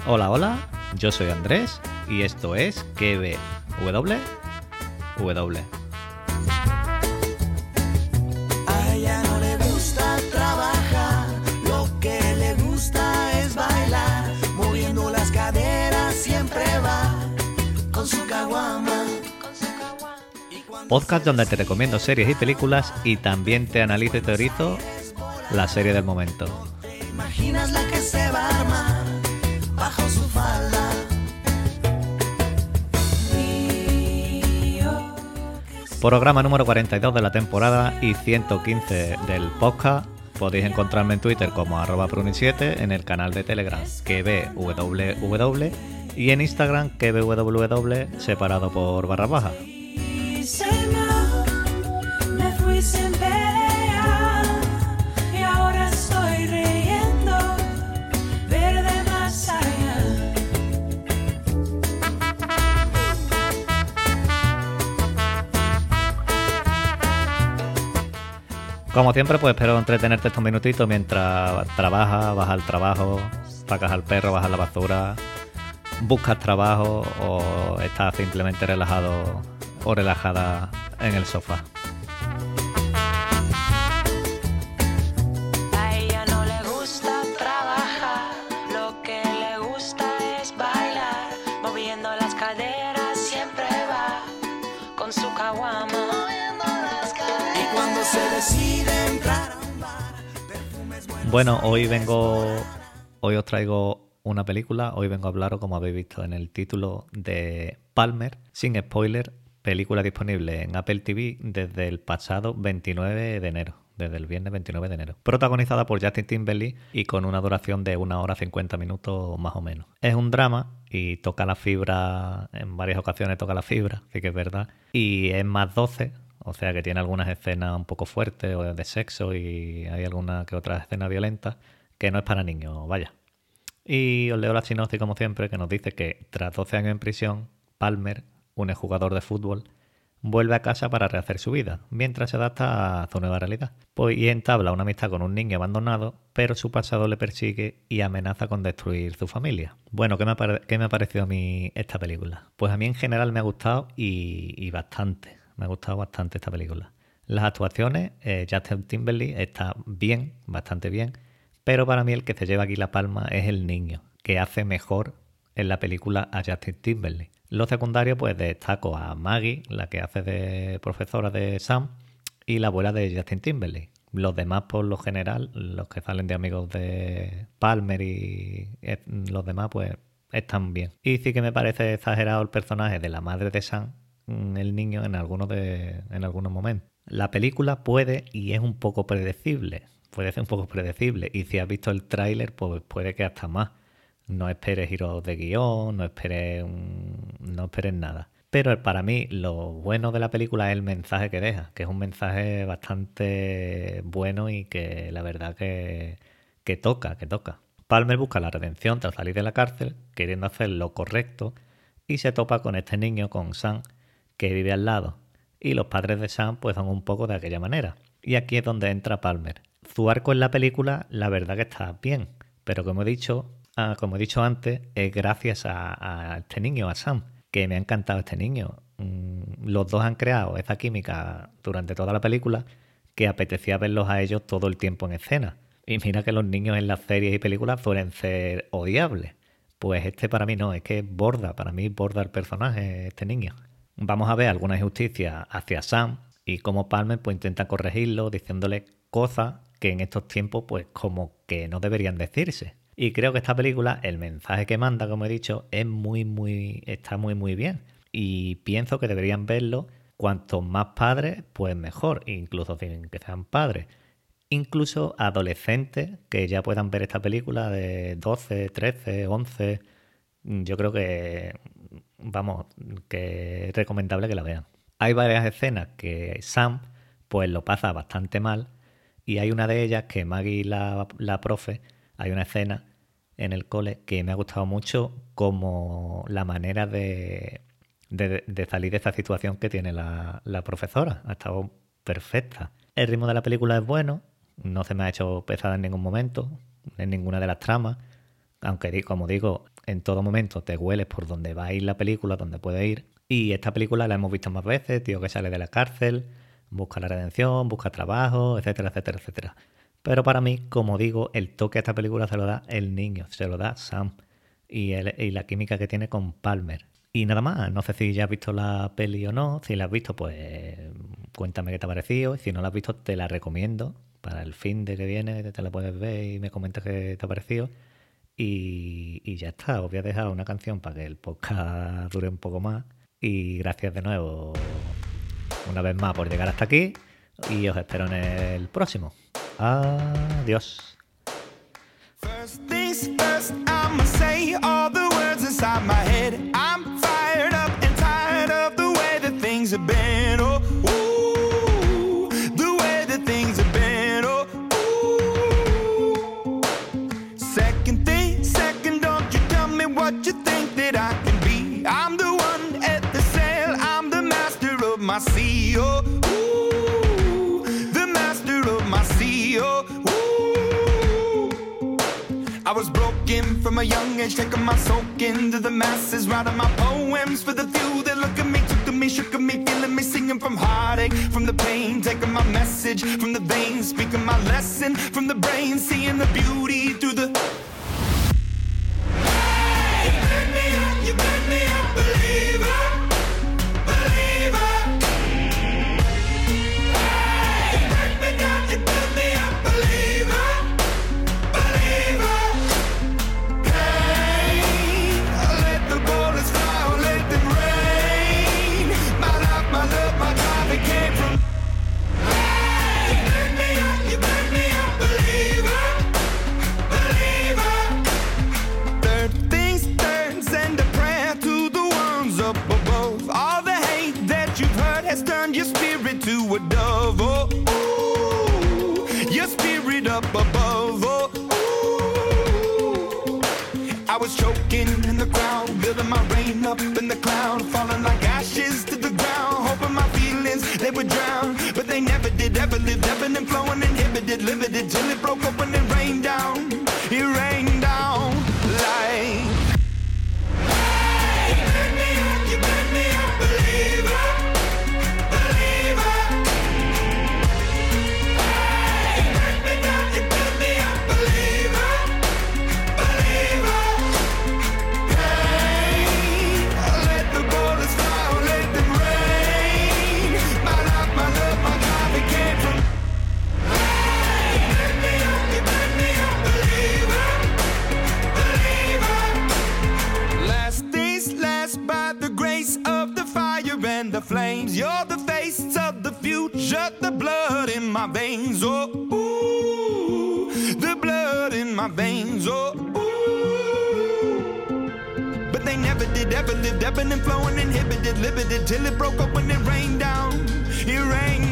Hola, hola, yo soy Andrés y esto es KBWW. A ella no le gusta trabajar, lo que le gusta es bailar, moviendo las caderas siempre va con su caguama. Podcast donde te recomiendo series y películas y también te analizo y teorizo la serie del momento. ¿Te imaginas la que se va a armar bajo su falda? Programa número 42 de la temporada y 115 del podcast. Podéis encontrarme en Twitter como @pruni7, en el canal de Telegram KBWW y en Instagram KBWW separado por barra baja. Me fui sin pelear y ahora estoy riendo, verde más allá. Como siempre, pues espero entretenerte estos minutitos mientras trabajas, vas al trabajo, sacas al perro, bajas la basura, buscas trabajo o estás simplemente relajado o relajada en el sofá. A ella no le gusta trabajar, lo que le gusta es bailar, moviendo las caderas siempre va con su caguama. Y cuando se decide entrar a un bar, perfumes buenos. Bueno, hoy os traigo una película, hoy vengo a hablaros, como habéis visto en el título, de Palmer, sin spoiler, película disponible en Apple TV desde el pasado 29 de enero, desde el viernes 29 de enero. Protagonizada por Justin Timberlake y con una duración de 1 hora 50 minutos más o menos. Es un drama y toca la fibra, en varias ocasiones toca la fibra, sí que es verdad, y es más 12, o sea que tiene algunas escenas un poco fuertes o de sexo y hay alguna que otra escena violenta que no es para niños, vaya. Y os leo la sinopsis como siempre, que nos dice que tras 12 años en prisión, Palmer, un exjugador de fútbol, vuelve a casa para rehacer su vida, mientras se adapta a su nueva realidad. Pues y entabla una amistad con un niño abandonado, pero su pasado le persigue y amenaza con destruir su familia. Bueno, ¿qué me ha parecido a mí esta película? Pues a mí en general me ha gustado y bastante. Me ha gustado bastante esta película. Las actuaciones, Justin Timberlake está bien, bastante bien, pero para mí el que se lleva aquí la palma es el niño, que hace mejor en la película a Justin Timberlake. Los secundarios, pues destaco a Maggie, la que hace de profesora de Sam, y la abuela de Justin Timberlake. Los demás, por lo general, los que salen de amigos de Palmer y los demás, pues están bien. Y sí que me parece exagerado el personaje de la madre de Sam, el niño, en algunos momentos. La película puede y es un poco predecible. Puede ser un poco predecible. Y si has visto el tráiler, pues puede que hasta más. No esperes giros de guión, no esperes nada. Pero para mí lo bueno de la película es el mensaje que deja, que es un mensaje bastante bueno y que la verdad que toca. Palmer busca la redención tras salir de la cárcel, queriendo hacer lo correcto, y se topa con este niño, con Sam, que vive al lado. Y los padres de Sam pues son un poco de aquella manera. Y aquí es donde entra Palmer. Su arco en la película, la verdad que está bien, pero como he dicho antes, es gracias a este niño, a Sam, que me ha encantado este niño. Los dos han creado esa química durante toda la película que apetecía verlos a ellos todo el tiempo en escena. Y mira que los niños en las series y películas suelen ser odiables. Pues este para mí no, es que para mí borda el personaje, este niño. Vamos a ver alguna injusticia hacia Sam y cómo Palmer pues intenta corregirlo diciéndole cosas que en estos tiempos pues como que no deberían decirse. Y creo que esta película, el mensaje que manda, como he dicho, está muy bien. Y pienso que deberían verlo cuantos más padres, pues mejor, incluso sin que sean padres. Incluso adolescentes que ya puedan ver esta película de 12, 13, 11. Yo creo que, que es recomendable que la vean. Hay varias escenas que Sam pues lo pasa bastante mal y hay una de ellas que Maggie, la profe, hay una escena en el cole que me ha gustado mucho como la manera de salir de esta situación que tiene la profesora. Ha estado perfecta. El ritmo de la película es bueno, no se me ha hecho pesada en ningún momento, en ninguna de las tramas. Aunque, como digo, en todo momento te hueles por donde va a ir la película, donde puede ir. Y esta película la hemos visto más veces, tío que sale de la cárcel, busca la redención, busca trabajo, etcétera, etcétera, etcétera. Pero para mí, como digo, el toque a esta película se lo da el niño, se lo da Sam y la química que tiene con Palmer. Y nada más, no sé si ya has visto la peli o no. Si la has visto, pues cuéntame qué te ha parecido. Y si no la has visto, te la recomiendo. Para el fin de que viene te la puedes ver y me comentas qué te ha parecido. Y ya está, os voy a dejar una canción para que el podcast dure un poco más. Y gracias de nuevo, una vez más, por llegar hasta aquí. Y os espero en el próximo. Adiós. First things first, I'ma say all the words inside my head. I'm fired up and tired of the way that things have been. Oh, ooh, the way that things have been. Oh, ooh. Second thing, second, don't you tell me what you think that I can be. I'm the one at the sail, I'm the master of my sea. Oh, ooh, the master of my sea. Oh, I was broken from a young age, taking my soak into the masses, writing my poems for the few that look at me, took to me, shook at me, feeling me, singing from heartache, from the pain, taking my message from the veins, speaking my lesson from the brain, seeing the beauty through the... Hey, you burn me up, believer, believer. Hey, you burn me down, you burn me up, believer, believer. Turn your spirit to a dove, oh, ooh, your spirit up above, oh, ooh. I was choking in the crowd, building my rain up in the cloud, falling like ashes to the ground, hoping my feelings, they would drown, but they never did, ever lived, ebbing and flowing, inhibited, limited, till it broke open and rained down, it rained down like... Hey, you burn me up, believer. The flames, you're the face of the future, the blood in my veins, oh, ooh, the blood in my veins, oh, ooh. But they never did, ever lived, ebbing and flowing, inhibited, limited, till it broke up when it rained down, it rained